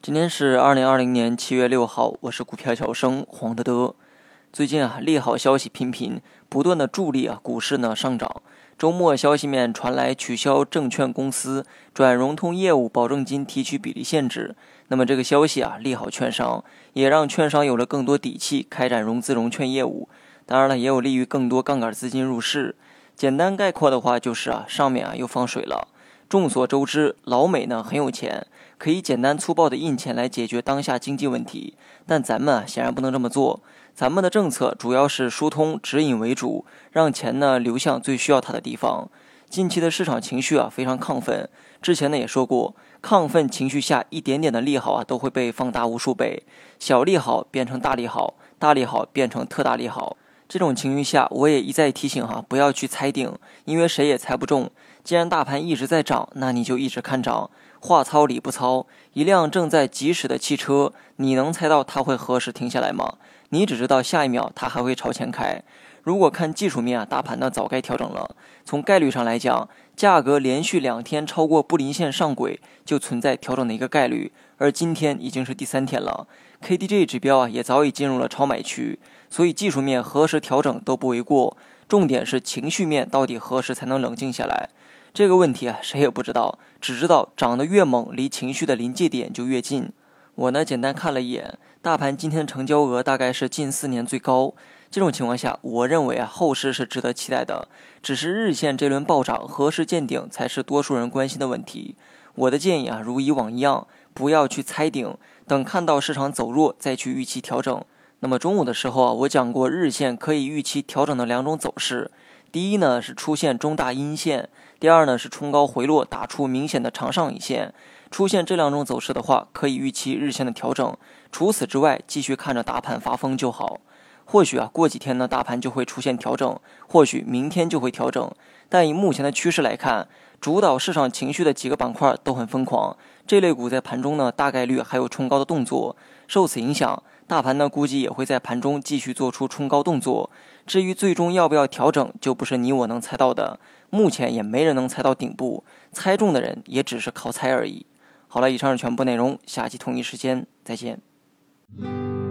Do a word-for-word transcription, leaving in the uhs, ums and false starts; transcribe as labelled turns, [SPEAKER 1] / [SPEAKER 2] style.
[SPEAKER 1] 今天是二零二零年七月六号，我是股票小生黄德德。最近啊，利好消息频频，不断的助力啊股市呢上涨。周末消息面传来取消证券公司转融通业务保证金提取比例限制，那么这个消息啊利好券商，也让券商有了更多底气开展融资融券业务。当然了，也有利于更多杠杆资金入市。简单概括的话就是啊，上面啊又放水了。众所周知，老美呢很有钱，可以简单粗暴的印钱来解决当下经济问题，但咱们啊显然不能这么做。咱们的政策主要是疏通指引为主，让钱呢流向最需要它的地方。近期的市场情绪啊非常亢奋，之前呢也说过，亢奋情绪下一点点的利好啊都会被放大无数倍，小利好变成大利好，大利好变成特大利好。这种情绪下，我也一再提醒哈，不要去猜定，因为谁也猜不中。既然大盘一直在涨，那你就一直看涨。话糙理不糙，一辆正在疾驶的汽车，你能猜到它会何时停下来吗？你只知道下一秒它还会朝前开。如果看技术面啊，大盘呢早该调整了。从概率上来讲，价格连续两天超过布林线上轨，就存在调整的一个概率。而今天已经是第三天了 ，K D J 指标啊也早已进入了超买区，所以技术面何时调整都不为过。重点是情绪面到底何时才能冷静下来？这个问题啊谁也不知道，只知道涨得越猛，离情绪的临界点就越近。我呢简单看了一眼，大盘今天的成交额大概是近四年最高。这种情况下，我认为啊后市是值得期待的，只是日线这轮暴涨何时见顶才是多数人关心的问题。我的建议啊，如以往一样，不要去猜顶，等看到市场走弱再去预期调整。那么中午的时候啊，我讲过日线可以预期调整的两种走势，第一呢是出现中大阴线，第二呢是冲高回落打出明显的长上影线。出现这两种走势的话，可以预期日线的调整。除此之外，继续看着大盘发疯就好。或许啊，过几天呢，大盘就会出现调整，或许明天就会调整。但以目前的趋势来看，主导市场情绪的几个板块都很疯狂，这类股在盘中呢，大概率还有冲高的动作。受此影响，大盘呢估计也会在盘中继续做出冲高动作。至于最终要不要调整，就不是你我能猜到的。目前也没人能猜到顶部，猜中的人也只是靠猜而已。好了，以上是全部内容，下期同一时间再见。